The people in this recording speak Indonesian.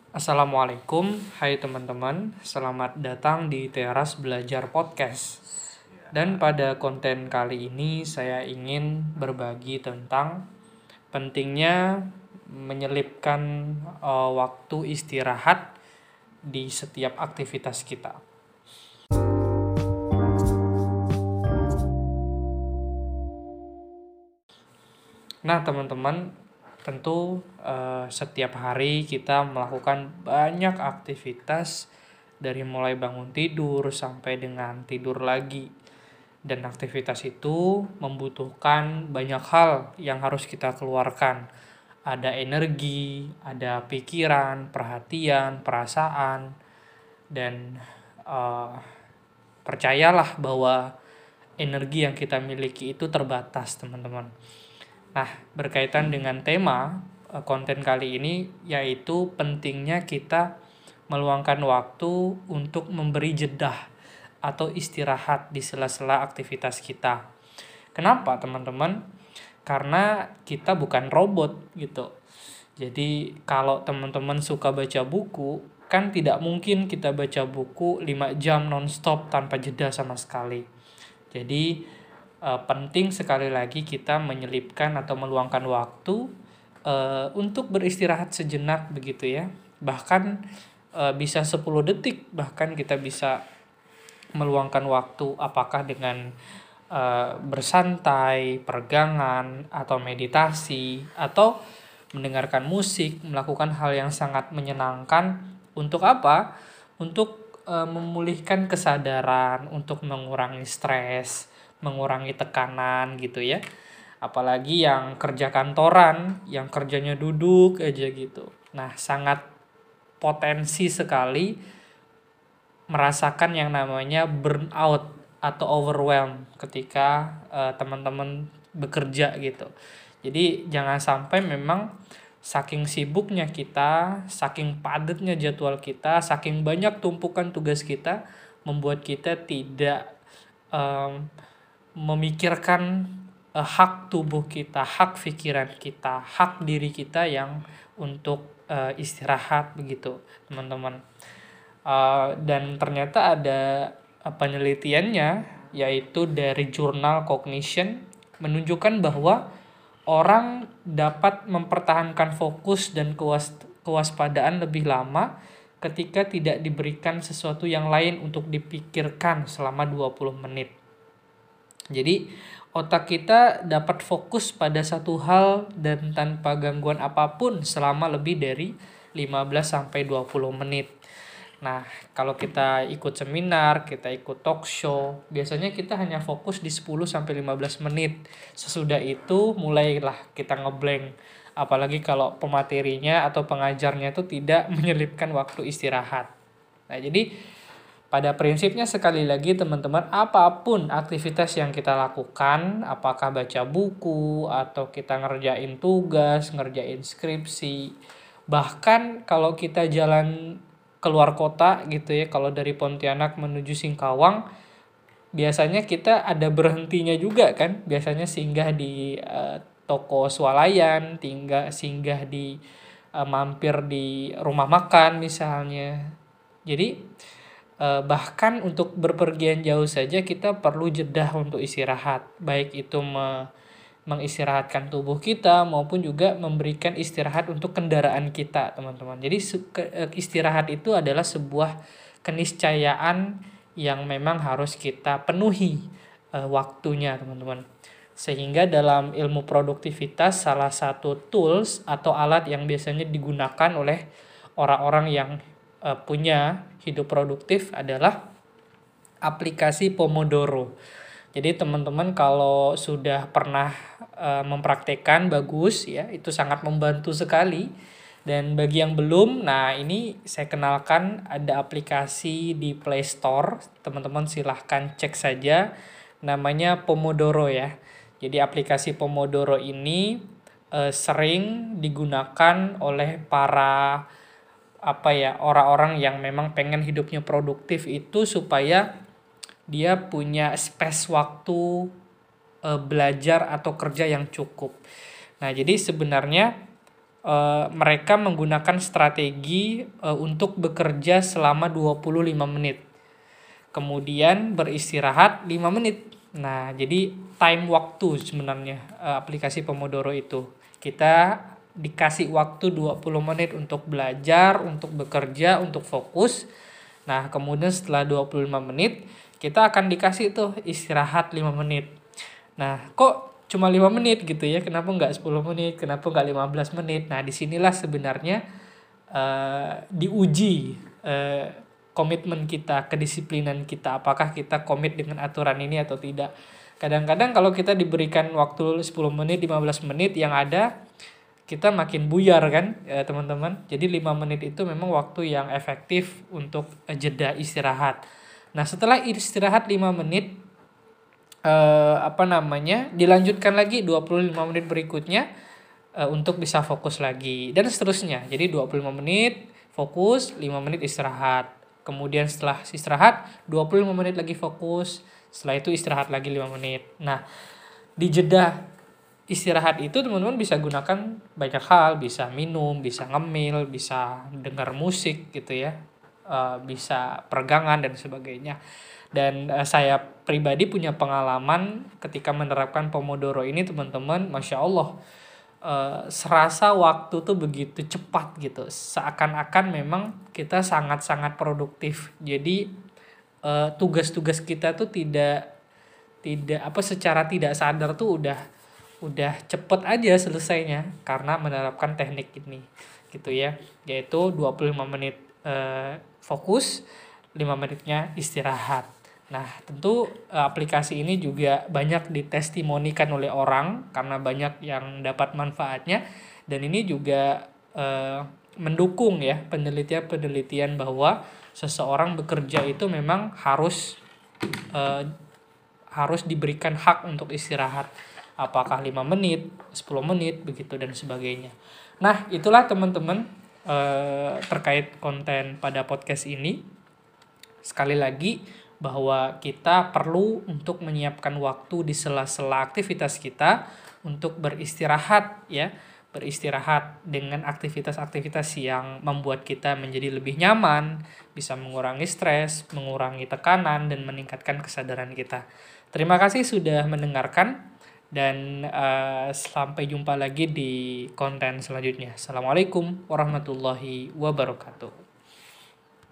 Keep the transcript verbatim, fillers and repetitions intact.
Assalamualaikum, hai teman-teman, selamat datang di Teras Belajar Podcast. Dan pada konten kali ini saya ingin berbagi tentang pentingnya menyelipkan uh, waktu istirahat di setiap aktivitas kita. Nah, teman-teman, tentu uh, setiap hari kita melakukan banyak aktivitas dari mulai bangun tidur sampai dengan tidur lagi. Dan aktivitas itu membutuhkan banyak hal yang harus kita keluarkan. Ada energi, ada pikiran, perhatian, perasaan, dan uh, percayalah bahwa energi yang kita miliki itu terbatas, teman-teman. Nah, berkaitan dengan tema uh, konten kali ini, yaitu pentingnya kita meluangkan waktu untuk memberi jeda atau istirahat di sela-sela aktivitas kita. Kenapa, teman-teman? Karena kita bukan robot gitu. Jadi kalau teman-teman suka baca buku, kan tidak mungkin kita baca buku lima jam nonstop tanpa jeda sama sekali. Jadi eh, penting sekali lagi kita menyelipkan atau meluangkan waktu eh, untuk beristirahat sejenak begitu ya. Bahkan eh, bisa sepuluh detik, bahkan kita bisa meluangkan waktu apakah dengan uh, bersantai, peregangan, atau meditasi, atau mendengarkan musik, melakukan hal yang sangat menyenangkan. Untuk apa? Untuk uh, memulihkan kesadaran, untuk mengurangi stres, mengurangi tekanan gitu ya. Apalagi yang kerja kantoran, yang kerjanya duduk aja gitu. Nah, sangat potensi sekali merasakan yang namanya burnout atau overwhelm ketika uh, teman-teman bekerja gitu. Jadi jangan sampai memang saking sibuknya kita, saking padatnya jadwal kita, saking banyak tumpukan tugas kita membuat kita tidak um, memikirkan uh, hak tubuh kita, hak pikiran kita, hak diri kita yang untuk uh, istirahat begitu, teman-teman. Uh, dan ternyata ada uh, penelitiannya, yaitu dari jurnal Cognition, menunjukkan bahwa orang dapat mempertahankan fokus dan kewas kewaspadaan lebih lama ketika tidak diberikan sesuatu yang lain untuk dipikirkan selama dua puluh menit. Jadi otak kita dapat fokus pada satu hal dan tanpa gangguan apapun selama lebih dari lima belas sampai dua puluh menit. Nah, kalau kita ikut seminar, kita ikut talk show, biasanya kita hanya fokus di sepuluh sampai lima belas menit. Sesudah itu mulailah kita ngeblank. Apalagi kalau pematerinya atau pengajarnya itu tidak menyelipkan waktu istirahat. Nah, jadi pada prinsipnya sekali lagi teman-teman, apapun aktivitas yang kita lakukan, apakah baca buku atau kita ngerjain tugas, ngerjain skripsi, bahkan kalau kita jalan keluar kota gitu ya, kalau dari Pontianak menuju Singkawang, biasanya kita ada berhentinya juga kan, biasanya singgah di uh, toko swalayan, tinggal singgah di uh, mampir di rumah makan misalnya. Jadi uh, bahkan untuk berpergian jauh saja kita perlu jeda untuk istirahat, baik itu me mengistirahatkan tubuh kita maupun juga memberikan istirahat untuk kendaraan kita, teman-teman. Jadi istirahat itu adalah sebuah keniscayaan yang memang harus kita penuhi e, waktunya, teman-teman. Sehingga dalam ilmu produktivitas salah satu tools atau alat yang biasanya digunakan oleh orang-orang yang e, punya hidup produktif adalah aplikasi Pomodoro. Jadi teman-teman kalau sudah pernah e, mempraktekkan bagus ya, itu sangat membantu sekali. Dan bagi yang belum, nah ini saya kenalkan ada aplikasi di Play Store. Teman-teman silahkan cek saja, namanya Pomodoro ya. Jadi aplikasi Pomodoro ini e, sering digunakan oleh para apa ya, orang-orang yang memang pengen hidupnya produktif itu supaya dia punya space waktu e, belajar atau kerja yang cukup. Nah, jadi sebenarnya uh, mereka menggunakan strategi uh, untuk bekerja selama dua puluh lima menit. Kemudian beristirahat lima menit. Nah, jadi time waktu sebenarnya uh, aplikasi Pomodoro itu. Kita dikasih waktu dua puluh menit untuk belajar, untuk bekerja, untuk fokus. Nah, kemudian setelah dua puluh lima menit, kita akan dikasih tuh istirahat lima menit. Nah, kok cuma lima menit gitu ya? Kenapa nggak sepuluh menit? Kenapa nggak lima belas menit? Nah, disinilah sebenarnya uh, diuji uh, komitmen kita, kedisiplinan kita. Apakah kita komit dengan aturan ini atau tidak? Kadang-kadang kalau kita diberikan waktu sepuluh menit, lima belas menit, yang ada kita makin buyar kan ya, teman-teman. Jadi lima menit itu memang waktu yang efektif untuk jeda istirahat. Nah, setelah istirahat lima menit, eh, apa namanya, dilanjutkan lagi dua puluh lima menit berikutnya eh, untuk bisa fokus lagi dan seterusnya. Jadi dua puluh lima menit fokus, lima menit istirahat. Kemudian setelah istirahat dua puluh lima menit lagi fokus, setelah itu istirahat lagi lima menit. Nah, di jeda istirahat itu teman-teman bisa gunakan banyak hal, bisa minum, bisa ngemil, bisa dengar musik gitu ya, uh, bisa peregangan dan sebagainya. Dan uh, saya pribadi punya pengalaman ketika menerapkan Pomodoro ini teman-teman, Masya Allah, uh, serasa waktu tuh begitu cepat gitu, seakan-akan memang kita sangat-sangat produktif. Jadi uh, tugas-tugas kita tuh tidak tidak apa secara tidak sadar tuh udah udah cepet aja selesainya karena menerapkan teknik ini gitu ya, yaitu dua puluh lima menit eh, fokus, lima menitnya istirahat. Nah, tentu eh, aplikasi ini juga banyak ditestimonikan oleh orang karena banyak yang dapat manfaatnya, dan ini juga eh, mendukung ya penelitian-penelitian bahwa seseorang bekerja itu memang harus eh, harus diberikan hak untuk istirahat. Apakah lima menit, sepuluh menit, begitu dan sebagainya. Nah, itulah teman-teman eh, terkait konten pada podcast ini. Sekali lagi bahwa kita perlu untuk menyiapkan waktu di sela-sela aktivitas kita untuk beristirahat ya. Beristirahat dengan aktivitas-aktivitas yang membuat kita menjadi lebih nyaman, bisa mengurangi stres, mengurangi tekanan, dan meningkatkan kesadaran kita. Terima kasih sudah mendengarkan. Dan uh, sampai jumpa lagi di konten selanjutnya. Assalamualaikum warahmatullahi wabarakatuh.